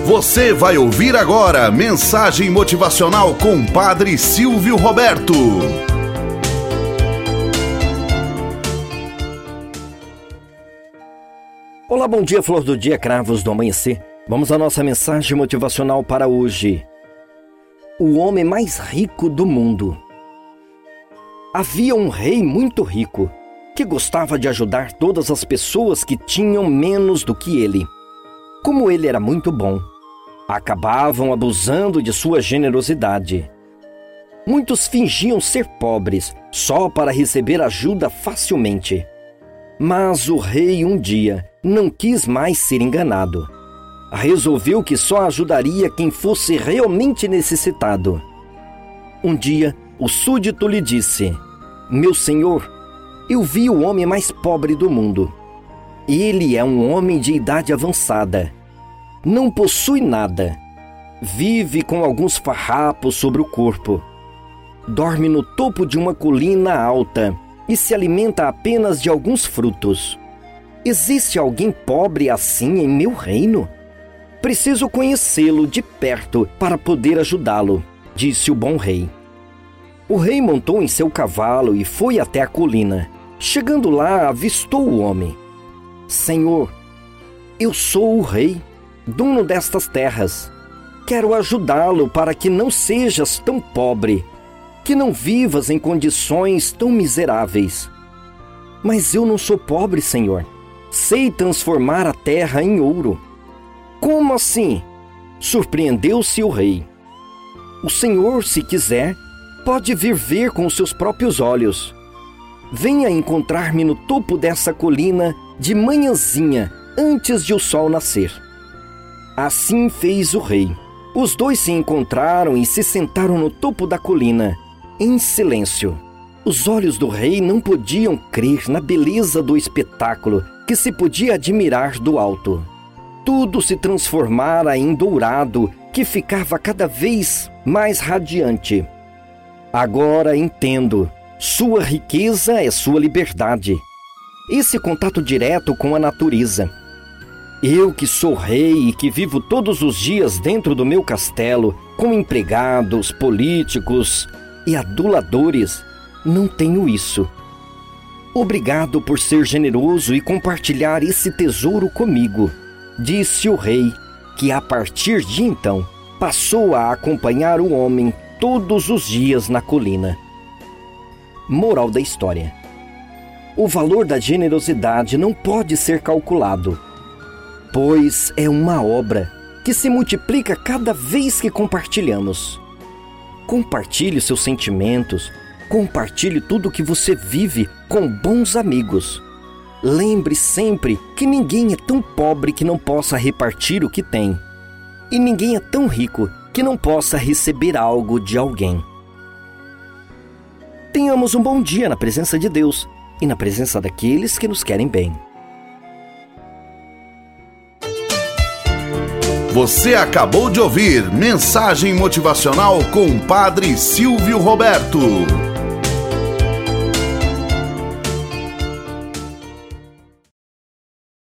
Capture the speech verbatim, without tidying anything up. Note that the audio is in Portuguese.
Você vai ouvir agora mensagem motivacional com Padre Silvio Roberto. Olá, bom dia, flor do dia, cravos do amanhecer. Vamos à nossa mensagem motivacional para hoje. O homem mais rico do mundo. Havia um rei muito rico que gostava de ajudar todas as pessoas que tinham menos do que ele. Como ele era muito bom, acabavam abusando de sua generosidade. Muitos fingiam ser pobres só para receber ajuda facilmente. Mas o rei um dia não quis mais ser enganado. Resolveu que só ajudaria quem fosse realmente necessitado. Um dia, o súdito lhe disse: "Meu senhor, eu vi o homem mais pobre do mundo. Ele é um homem de idade avançada. Não possui nada. Vive com alguns farrapos sobre o corpo. Dorme no topo de uma colina alta e se alimenta apenas de alguns frutos. Existe alguém pobre assim em meu reino? Preciso conhecê-lo de perto para poder ajudá-lo", disse o bom rei. O rei montou em seu cavalo e foi até a colina. Chegando lá, avistou o homem. "Senhor, eu sou o rei, dono destas terras. Quero ajudá-lo para que não sejas tão pobre, que não vivas em condições tão miseráveis." "Mas eu não sou pobre, senhor. Sei transformar a terra em ouro." "Como assim?" surpreendeu-se o rei. "O senhor, se quiser, pode vir ver com os seus próprios olhos. Venha encontrar-me no topo dessa colina de manhãzinha, antes de o sol nascer." Assim fez o rei. Os dois se encontraram e se sentaram no topo da colina, em silêncio. Os olhos do rei não podiam crer na beleza do espetáculo que se podia admirar do alto. Tudo se transformara em dourado, que ficava cada vez mais radiante. "Agora entendo. Sua riqueza é sua liberdade. Esse contato direto com a natureza. Eu que sou rei e que vivo todos os dias dentro do meu castelo, com empregados, políticos e aduladores, não tenho isso. Obrigado por ser generoso e compartilhar esse tesouro comigo", disse o rei, que a partir de então passou a acompanhar o homem todos os dias na colina. Moral da história: o valor da generosidade não pode ser calculado, pois é uma obra que se multiplica cada vez que compartilhamos. Compartilhe seus sentimentos, compartilhe tudo que você vive com bons amigos. Lembre sempre que ninguém é tão pobre que não possa repartir o que tem, e ninguém é tão rico que não possa receber algo de alguém. Tenhamos um bom dia na presença de Deus e na presença daqueles que nos querem bem. Você acabou de ouvir Mensagem Motivacional com Padre Silvio Roberto.